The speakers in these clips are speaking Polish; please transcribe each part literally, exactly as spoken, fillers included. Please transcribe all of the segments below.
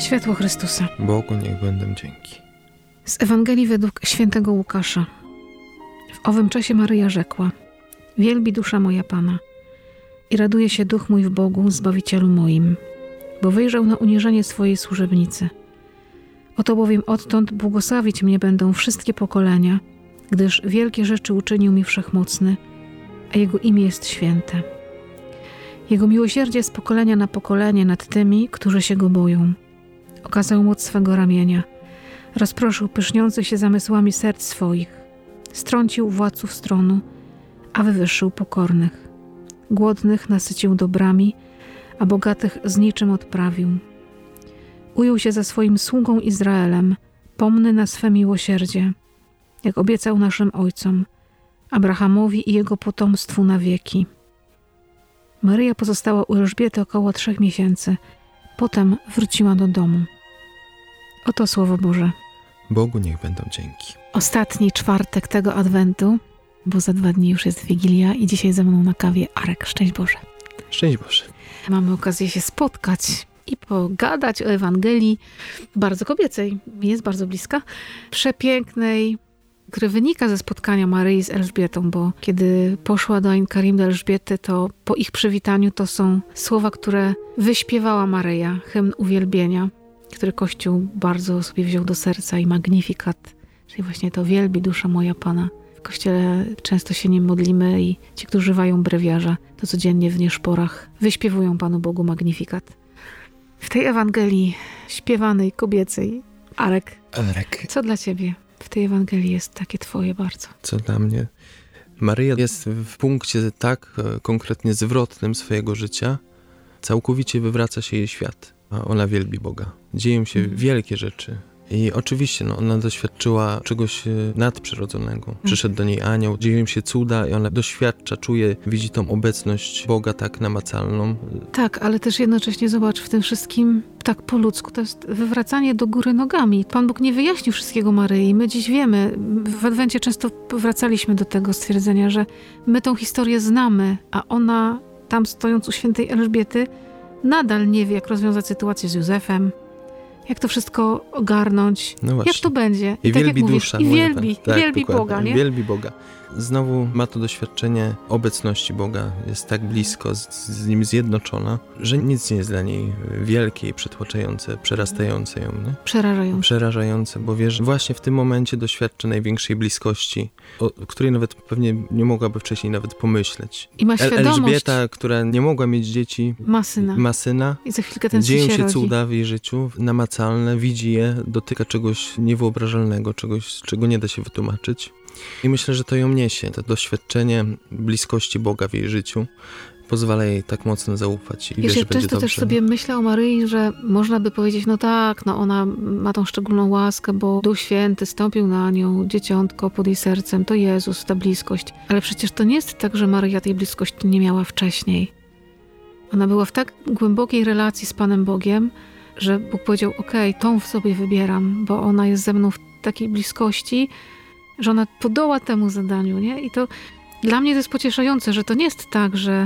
Światło Chrystusa. Bogu niech będą dzięki. Z Ewangelii według świętego Łukasza. W owym czasie Maryja rzekła: Wielbi dusza moja Pana i raduje się duch mój w Bogu, Zbawicielu moim, bo wyjrzał na uniżenie swojej służebnicy. Oto bowiem odtąd błogosławić mnie będą wszystkie pokolenia, gdyż wielkie rzeczy uczynił mi Wszechmocny, a Jego imię jest święte. Jego miłosierdzie z pokolenia na pokolenie nad tymi, którzy się Go boją. Okazał moc swego ramienia, rozproszył pyszniących się zamysłami serc swoich, strącił władców stronu, a wywyższył pokornych. Głodnych nasycił dobrami, a bogatych z niczym odprawił. Ujął się za swoim sługą Izraelem, pomny na swe miłosierdzie, jak obiecał naszym ojcom, Abrahamowi i jego potomstwu na wieki. Maryja pozostała u Elżbiety około trzech miesięcy. Potem wróciła do domu. Oto Słowo Boże. Bogu niech będą dzięki. Ostatni czwartek tego Adwentu, bo za dwa dni już jest Wigilia i dzisiaj ze mną na kawie Arek. Szczęść Boże. Szczęść Boże. Mamy okazję się spotkać i pogadać o Ewangelii bardzo kobiecej. Jest bardzo bliska. Przepięknej, które wynika ze spotkania Maryi z Elżbietą, bo kiedy poszła do Ain Karim, do Elżbiety, to po ich przywitaniu to są słowa, które wyśpiewała Maryja, hymn uwielbienia, który Kościół bardzo sobie wziął do serca, i Magnifikat, czyli właśnie to wielbi dusza moja Pana. W Kościele często się nim modlimy i ci, którzy używają brewiarza, to codziennie w nieszporach wyśpiewują Panu Bogu Magnifikat. W tej Ewangelii śpiewanej, kobiecej, Arek, Arek. Co dla Ciebie w tej Ewangelii jest takie Twoje bardzo? Co dla mnie? Maryja jest w punkcie tak konkretnie zwrotnym swojego życia. Całkowicie wywraca się jej świat, a ona wielbi Boga. Dzieją się mm. wielkie rzeczy. I oczywiście no, ona doświadczyła czegoś nadprzyrodzonego. Przyszedł do niej anioł, dzieją się cuda i ona doświadcza, czuje, widzi tą obecność Boga tak namacalną. Tak, ale też jednocześnie zobacz, w tym wszystkim tak po ludzku to jest wywracanie do góry nogami. Pan Bóg nie wyjaśnił wszystkiego Maryi. My dziś wiemy, w Adwencie często wracaliśmy do tego stwierdzenia, że my tą historię znamy, a ona tam stojąc u świętej Elżbiety nadal nie wie, jak rozwiązać sytuację z Józefem. Jak to wszystko ogarnąć, no jak to będzie. I, I tak wielbi jak dusza. Mówisz, I wielbi, tak, wielbi dokładnie. Boga, nie? Wielbi Boga. Znowu ma to doświadczenie obecności Boga. Jest tak blisko, z, z Nim zjednoczona, że nic nie jest dla niej wielkie i przytłaczające, przerastające ją. Nie? Przerażające. Przerażające, bo wiesz, właśnie w tym momencie doświadcza największej bliskości, o której nawet pewnie nie mogłaby wcześniej nawet pomyśleć. I ma świadomość. Elżbieta, która nie mogła mieć dzieci, ma syna. Ma syna. I za chwilkę ten Dzieją syn się się rodzi. cuda w jej życiu, namacalne, widzi je, dotyka czegoś niewyobrażalnego, czegoś, czego nie da się wytłumaczyć. I myślę, że to ją niesie. To doświadczenie bliskości Boga w jej życiu pozwala jej tak mocno zaufać i Wiesz, wie, że ja będzie często dobrze. też sobie myślę o Maryi, że można by powiedzieć, no tak, no ona ma tą szczególną łaskę, bo Duch Święty stąpił na nią, dzieciątko pod jej sercem, to Jezus, ta bliskość. Ale przecież to nie jest tak, że Maryja tej bliskości nie miała wcześniej. Ona była w tak głębokiej relacji z Panem Bogiem, że Bóg powiedział, okej, okay, tą w sobie wybieram, bo ona jest ze mną w takiej bliskości, że ona podoła temu zadaniu, nie? I to dla mnie to jest pocieszające, że to nie jest tak, że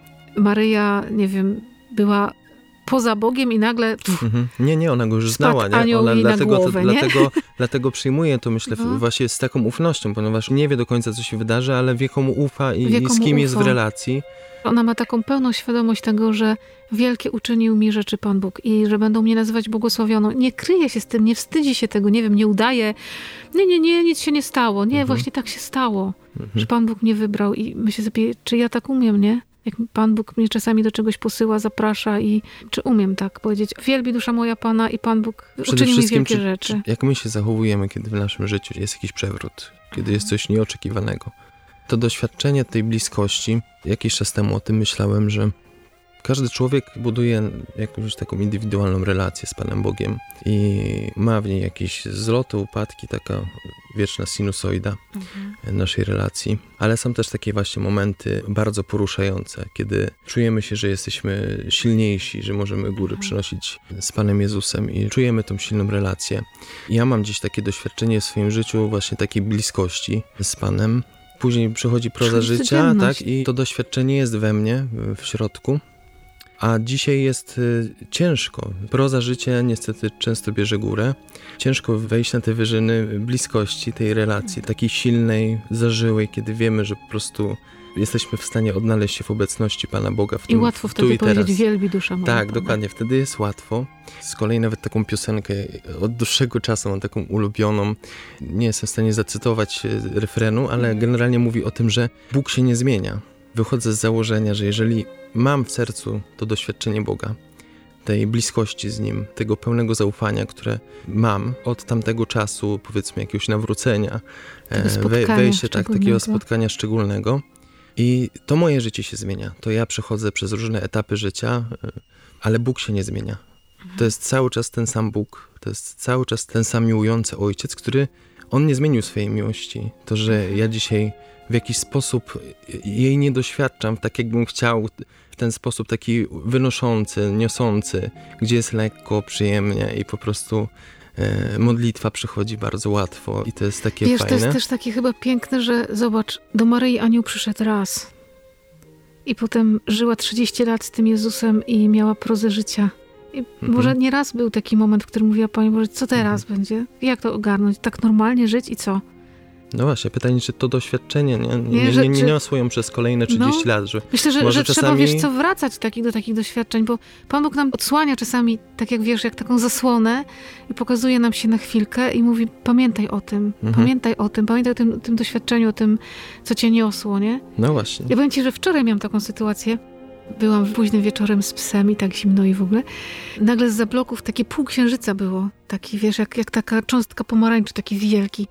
Maryja, nie wiem, była poza Bogiem i nagle pff, mhm. Nie, nie, ona go już znała, nie? Ona dlatego, głowę, to, nie? dlatego, dlatego przyjmuje to, myślę, no. właśnie z taką ufnością, ponieważ nie wie do końca, co się wydarzy, ale wie, komu ufa i, i z kim ufa. jest w relacji. Ona ma taką pełną świadomość tego, że wielkie uczynił mi rzeczy Pan Bóg i że będą mnie nazywać błogosławioną. Nie kryje się z tym, nie wstydzi się tego, nie wiem, nie udaje. Nie, nie, nie, nic się nie stało. Nie, mhm. właśnie tak się stało, mhm. że Pan Bóg mnie wybrał i myślę sobie, czy ja tak umiem, nie? Jak Pan Bóg mnie czasami do czegoś posyła, zaprasza i czy umiem tak powiedzieć, wielbi dusza moja Pana i Pan Bóg uczynił mi wielkie czy, rzeczy. Czy, jak my się zachowujemy, kiedy w naszym życiu jest jakiś przewrót, kiedy jest coś nieoczekiwanego. To doświadczenie tej bliskości, jakiś czas temu o tym myślałem, że każdy człowiek buduje jakąś taką indywidualną relację z Panem Bogiem i ma w niej jakieś zloty, upadki, taka wieczna sinusoida mhm. naszej relacji, ale są też takie właśnie momenty bardzo poruszające, kiedy czujemy się, że jesteśmy silniejsi, że możemy góry mhm. przynosić z Panem Jezusem i czujemy tą silną relację. I ja mam dziś takie doświadczenie w swoim życiu właśnie takiej bliskości z Panem. Później przychodzi proza życia, tak, i to doświadczenie jest we mnie, w środku. A dzisiaj jest y, ciężko. Proza życia niestety często bierze górę. Ciężko wejść na te wyżyny bliskości, tej relacji, takiej silnej, zażyłej, kiedy wiemy, że po prostu jesteśmy w stanie odnaleźć się w obecności Pana Boga w tym, I łatwo wtedy tu i teraz. powiedzieć, wielbi dusza moja. Tak, Pana. dokładnie, wtedy jest łatwo. Z kolei nawet taką piosenkę od dłuższego czasu mam taką ulubioną. Nie jestem w stanie zacytować refrenu, ale generalnie mówi o tym, że Bóg się nie zmienia. Wychodzę z założenia, że jeżeli mam w sercu to doświadczenie Boga, tej bliskości z Nim, tego pełnego zaufania, które mam od tamtego czasu, powiedzmy jakiegoś nawrócenia, we, wejście tak, takiego spotkania szczególnego, i to moje życie się zmienia. To ja przechodzę przez różne etapy życia, ale Bóg się nie zmienia. To jest cały czas ten sam Bóg, to jest cały czas ten sam miłujący Ojciec, który, On nie zmienił swojej miłości. To, że ja dzisiaj w jakiś sposób jej nie doświadczam, tak jakbym chciał, w ten sposób taki wynoszący, niosący, gdzie jest lekko, przyjemnie i po prostu e, modlitwa przychodzi bardzo łatwo i to jest takie Wiesz, fajne. To jest też takie chyba piękne, że zobacz, do Maryi anioł przyszedł raz i potem żyła trzydzieści lat z tym Jezusem i miała prozę życia. I mhm. może nie raz był taki moment, w którym mówiła Pani Boże, co teraz mhm. będzie? Jak to ogarnąć? Tak normalnie żyć i co? No właśnie, pytanie, czy to doświadczenie nie, nie, nie, nie, że, nie, nie czy... niosło ją przez kolejne trzydzieści no, lat. Że myślę, że, może że czasami... trzeba, wiesz co, wracać taki, do takich doświadczeń, bo Pan Bóg nam odsłania czasami, tak jak wiesz, jak taką zasłonę i pokazuje nam się na chwilkę i mówi, pamiętaj o tym, mhm. pamiętaj o tym, pamiętaj o tym, tym doświadczeniu, o tym, co cię niosło, nie? No właśnie. Ja powiem ci, że wczoraj miałam taką sytuację. Byłam późnym wieczorem z psem i tak zimno i w ogóle. Nagle zza bloków takie pół księżyca było. Taki, wiesz, jak, jak taka cząstka pomarańczy, taki wielki.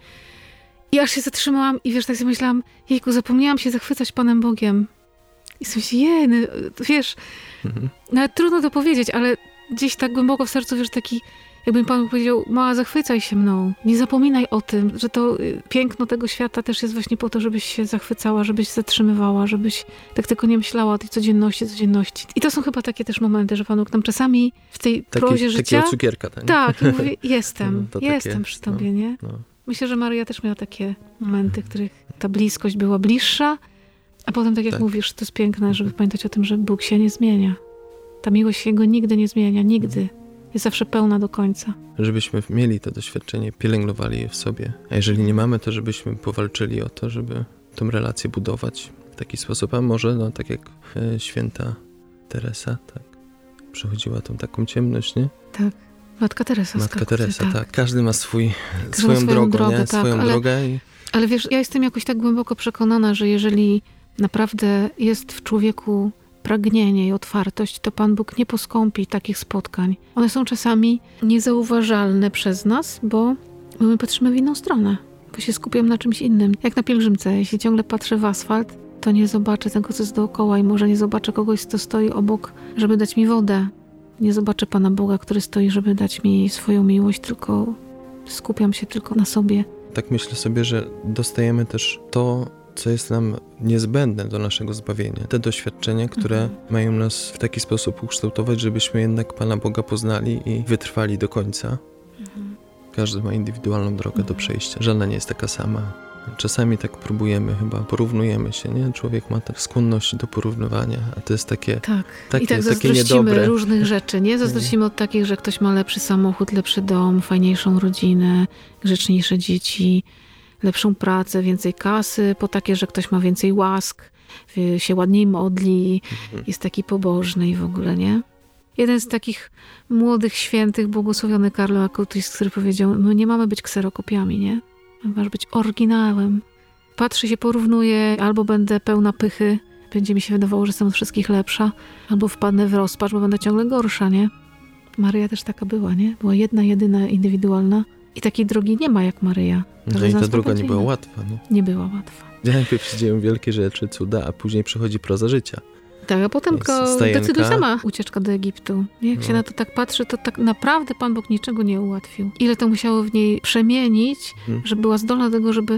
I aż się zatrzymałam i wiesz, tak sobie myślałam, jejku, zapomniałam się zachwycać Panem Bogiem. I sobie myślę, jej, no, wiesz, mhm. nawet trudno to powiedzieć, ale gdzieś tak głęboko w sercu, wiesz, taki, jakbym Pan powiedział, mała, zachwycaj się mną. Nie zapominaj o tym, że to piękno tego świata też jest właśnie po to, żebyś się zachwycała, żebyś zatrzymywała, żebyś tak tylko nie myślała o tej codzienności, codzienności. I to są chyba takie też momenty, że Pan Bóg nam czasami w tej Taki, prozie życia... Takiego cukierka. Tak, tak i mówi, jestem, no, jestem takie, przy Tobie, no, nie? No. Myślę, że Maryja też miała takie momenty, w których ta bliskość była bliższa, a potem, tak jak tak. mówisz, to jest piękne, żeby pamiętać o tym, że Bóg się nie zmienia. Ta miłość Jego nigdy nie zmienia, nigdy. Jest zawsze pełna do końca. Żebyśmy mieli to doświadczenie, pielęgnowali je w sobie. A jeżeli nie mamy, to żebyśmy powalczyli o to, żeby tą relację budować w taki sposób. A może, no tak jak e, święta Teresa, tak, przechodziła tą taką ciemność, nie? Tak. Matka Teresa. Matka Teresa, tak. tak. Każdy ma swój, Każdy swoją, ma swoją drogę, drogę, nie? tak, swoją ale, drogę. I... Ale wiesz, ja jestem jakoś tak głęboko przekonana, że jeżeli naprawdę jest w człowieku pragnienie i otwartość, to Pan Bóg nie poskąpi takich spotkań. One są czasami niezauważalne przez nas, bo my patrzymy w inną stronę, bo się skupiam na czymś innym. Jak na pielgrzymce, jeśli ciągle patrzę w asfalt, to nie zobaczę tego, co jest dookoła i może nie zobaczę kogoś, kto stoi obok, żeby dać mi wodę. Nie zobaczę Pana Boga, który stoi, żeby dać mi swoją miłość, tylko skupiam się tylko na sobie. Tak myślę sobie, że dostajemy też to, co jest nam niezbędne do naszego zbawienia. Te doświadczenia, które mhm. mają nas w taki sposób ukształtować, żebyśmy jednak Pana Boga poznali i wytrwali do końca. Mhm. Każdy ma indywidualną drogę mhm. do przejścia. Żadna nie jest taka sama. Czasami tak próbujemy chyba, porównujemy się, nie? Człowiek ma tak skłonność do porównywania, a to jest takie Tak, takie, i tak takie zazdrościmy niedobre. różnych rzeczy, nie? Zazdrościmy od takich, że ktoś ma lepszy samochód, lepszy dom, fajniejszą rodzinę, grzeczniejsze dzieci, lepszą pracę, więcej kasy, po takie, że ktoś ma więcej łask, się ładniej modli, mhm. jest taki pobożny i w ogóle, nie? Jeden z takich młodych świętych, błogosławiony Karlo Acutis, który powiedział, my nie mamy być kserokopiami, nie? Masz być oryginałem. Patrzę się, porównuję, albo będę pełna pychy, będzie mi się wydawało, że jestem od wszystkich lepsza, albo wpadnę w rozpacz, bo będę ciągle gorsza, nie? Maryja też taka była, nie? Była jedna, jedyna, indywidualna i takiej drogi nie ma jak Maryja. No i ta droga nie była łatwa, nie? Nie była łatwa. Najpierw się dzieją wielkie rzeczy, cuda, a później przychodzi proza życia. Tak, a potem go decyduj sama ucieczka do Egiptu. Jak no. się na to tak patrzy, to tak naprawdę Pan Bóg niczego nie ułatwił. Ile to musiało w niej przemienić, hmm. że była zdolna do tego, żeby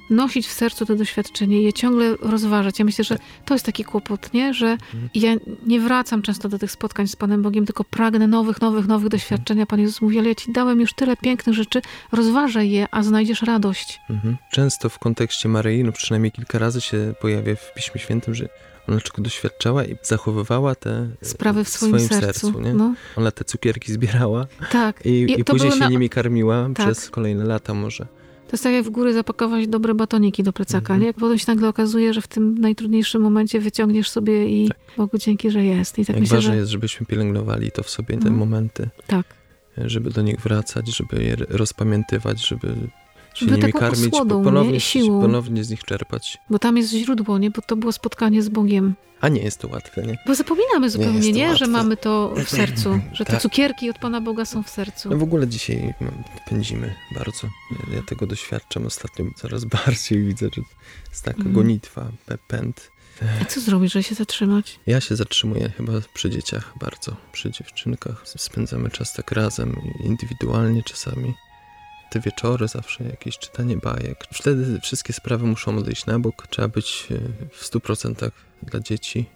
nosić w sercu to doświadczenie i je ciągle rozważać. Ja myślę, że to jest taki kłopot, nie? Że Mhm. ja nie wracam często do tych spotkań z Panem Bogiem, tylko pragnę nowych, nowych, nowych doświadczeń. A Pan Jezus mówi, ale ja ci dałem już tyle pięknych rzeczy, rozważaj je, a znajdziesz radość. Mhm. Często w kontekście Maryi, no przynajmniej kilka razy się pojawia w Piśmie Świętym, że ona czego doświadczała i zachowywała te Sprawy w swoim, swoim sercu. sercu, nie? No, Ona te cukierki zbierała tak. i, i to później było się na- nimi karmiła Tak. przez kolejne lata może. To jest tak jak w góry zapakować dobre batoniki do plecaka, Mhm. nie? Jak potem się nagle okazuje, że w tym najtrudniejszym momencie wyciągniesz sobie i Bogu dzięki, że jest. I tak Jak myślę, ważne że jest, żebyśmy pielęgnowali to w sobie, te Mhm. momenty, tak. żeby do nich wracać, żeby je rozpamiętywać, żeby się Żeby nimi taką karmić, osłodą, nie? ponownie, I siłą. ponownie z nich czerpać. Bo tam jest źródło, nie? Bo to było spotkanie z Bogiem. A nie jest to łatwe, nie? Bo zapominamy zupełnie, jest to nie? Że łatwe. mamy to w sercu. Że te Tak. cukierki od Pana Boga są w sercu. No w ogóle dzisiaj no, pędzimy bardzo. Ja, ja tego doświadczam ostatnio coraz bardziej. Widzę, że jest taka Mhm. gonitwa, pe- pęd. A co zrobić, żeby się zatrzymać? Ja się zatrzymuję chyba przy dzieciach bardzo, przy dziewczynkach. Spędzamy czas tak razem, indywidualnie czasami. Te wieczory zawsze jakieś czytanie bajek. Wtedy wszystkie sprawy muszą odejść na bok. Trzeba być e, w stu procentach dla dzieci.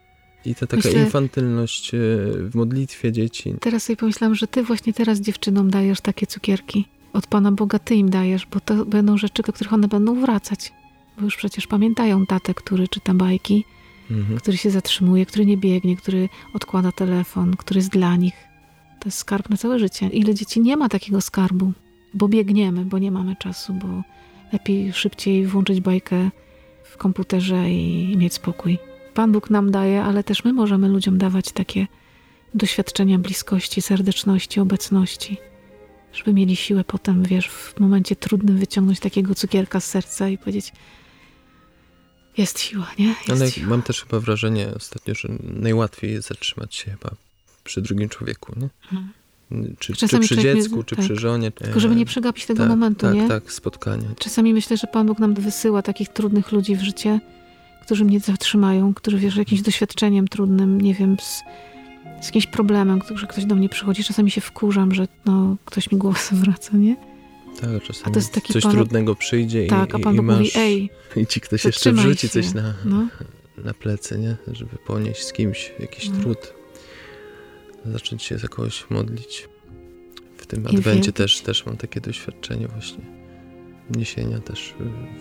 I ta taka Myślę- infantylność e, w modlitwie dzieci. Teraz sobie pomyślałam, że ty właśnie teraz dziewczynom dajesz takie cukierki. Od Pana Boga ty im dajesz, bo to będą rzeczy, do których one będą wracać. Bo już przecież pamiętają tatę, który czyta bajki, Mhm. który się zatrzymuje, który nie biegnie, który odkłada telefon, który jest dla nich. To jest skarb na całe życie. Ile dzieci nie ma takiego skarbu? Bo biegniemy, bo nie mamy czasu, bo lepiej szybciej włączyć bajkę w komputerze i mieć spokój. Pan Bóg nam daje, ale też my możemy ludziom dawać takie doświadczenia bliskości, serdeczności, obecności, żeby mieli siłę potem, wiesz, w momencie trudnym wyciągnąć takiego cukierka z serca i powiedzieć, jest siła, nie? Jest Ale siła. mam też chyba wrażenie ostatnio, że najłatwiej jest zatrzymać się chyba przy drugim człowieku, nie? Mhm. Czy, czy Czasami przy człowiek nie- dziecku, czy tak. przy żonie. Tylko żeby nie przegapić tego tak, momentu, tak, nie? Tak, spotkanie. Czasami myślę, że Pan Bóg nam wysyła takich trudnych ludzi w życie, którzy mnie zatrzymają, którzy, wiesz, jakimś doświadczeniem trudnym, nie wiem, z, z jakimś problemem, że ktoś do mnie przychodzi. Czasami się wkurzam, że no, ktoś mi głowę zawraca, nie? Tak, czasami A to jest taki coś Pan- trudnego przyjdzie Tak, i, a i, Pan i Bóg masz... mówi, ej, I ci ktoś jeszcze zatrzymaj wrzuci się. coś na, no. na plecy, nie? Żeby ponieść z kimś jakiś No. trud. Zacząć się za kogoś modlić. W tym I adwencie wielbić. też, też mam takie doświadczenie właśnie niesienia też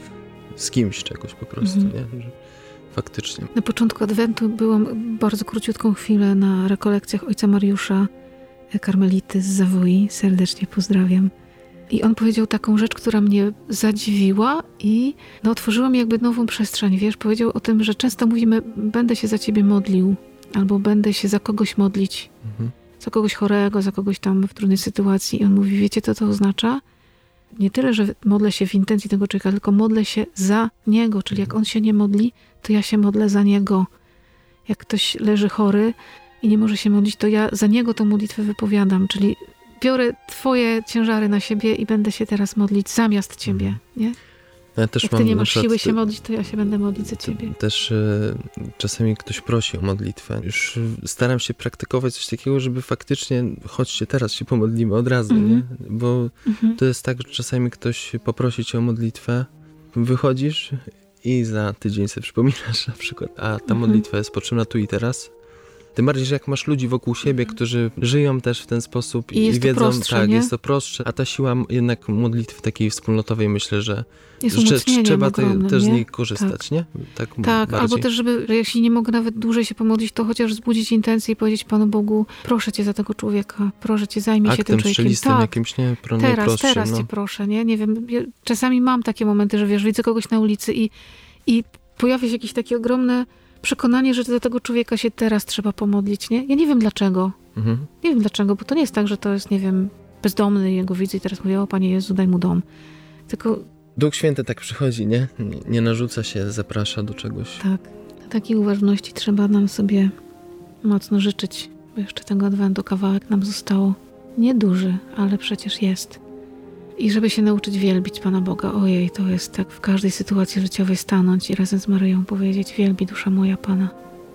y, z kimś czegoś po prostu, Mhm. nie? Że faktycznie. Na początku Adwentu byłam bardzo króciutką chwilę na rekolekcjach ojca Mariusza, e, karmelity z Zawoi. Serdecznie pozdrawiam. I on powiedział taką rzecz, która mnie zadziwiła i no, otworzyła mi jakby nową przestrzeń, wiesz? Powiedział o tym, że często mówimy, będę się za ciebie modlił, albo będę się za kogoś modlić, Mhm. za kogoś chorego, za kogoś tam w trudnej sytuacji. I on mówi, wiecie, co to oznacza? Nie tyle, że modlę się w intencji tego człowieka, tylko modlę się za niego. Czyli jak on się nie modli, to ja się modlę za niego. Jak ktoś leży chory i nie może się modlić, to ja za niego tą modlitwę wypowiadam. Czyli biorę twoje ciężary na siebie i będę się teraz modlić zamiast ciebie, nie? Ja też Jak mam ty nie na masz przykład siły się te- modlić, to ja się będę modlić za ciebie. Też e, czasami ktoś prosi o modlitwę. Już e, staram się praktykować coś takiego, żeby faktycznie chodźcie, teraz się pomodlimy od razu, Mhm. nie? Bo Mhm. to jest tak, że czasami ktoś poprosi cię o modlitwę, wychodzisz i za tydzień sobie przypominasz na przykład, a ta Mhm. modlitwa jest potrzebna tu i teraz. Tym bardziej, że jak masz ludzi wokół siebie, którzy żyją też w ten sposób I jest to wiedzą, prostsze, tak, nie? jest to prostsze, a ta siła m- jednak modlitwy takiej wspólnotowej, myślę, że, Jest że umocnieniem trzeba te, ogromnym, też z nie? niej korzystać, nie? Tak, Tak, bardziej. albo też, żeby, że jeśli nie mogę nawet dłużej się pomodlić, to chociaż wzbudzić intencję i powiedzieć Panu Bogu, proszę Cię za tego człowieka, proszę Cię, zajmij się tym Aktem człowiekiem. strzelistym Tak, jakimś, nie? Pro, teraz, najprostszym, teraz no. Cię proszę, nie? Nie wiem, ja czasami mam takie momenty, że wiesz, widzę kogoś na ulicy i, i pojawia się jakieś takie ogromne przekonanie, że do tego człowieka się teraz trzeba pomodlić, nie? Ja nie wiem dlaczego. Mhm. Nie wiem dlaczego, bo to nie jest tak, że to jest, nie wiem, bezdomny, jego widzę i teraz mówię, o Panie Jezu, daj mu dom. Tylko Duch Święty tak przychodzi, nie? Nie- Nie narzuca się, zaprasza do czegoś. tak, takiej uważności trzeba nam sobie mocno życzyć, bo jeszcze tego adwentu kawałek nam zostało. Nieduży, ale przecież jest. I żeby się nauczyć wielbić Pana Boga. Ojej, to jest tak w każdej sytuacji życiowej stanąć i razem z Maryją powiedzieć, wielbi dusza moja Pana,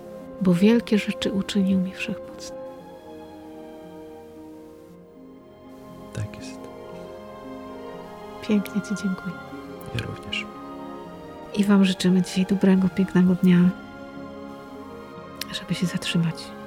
bo wielkie rzeczy uczynił mi Wszechmocny. Tak jest. Pięknie Ci dziękuję. Ja również. I Wam życzymy dzisiaj dobrego, pięknego dnia, żeby się zatrzymać.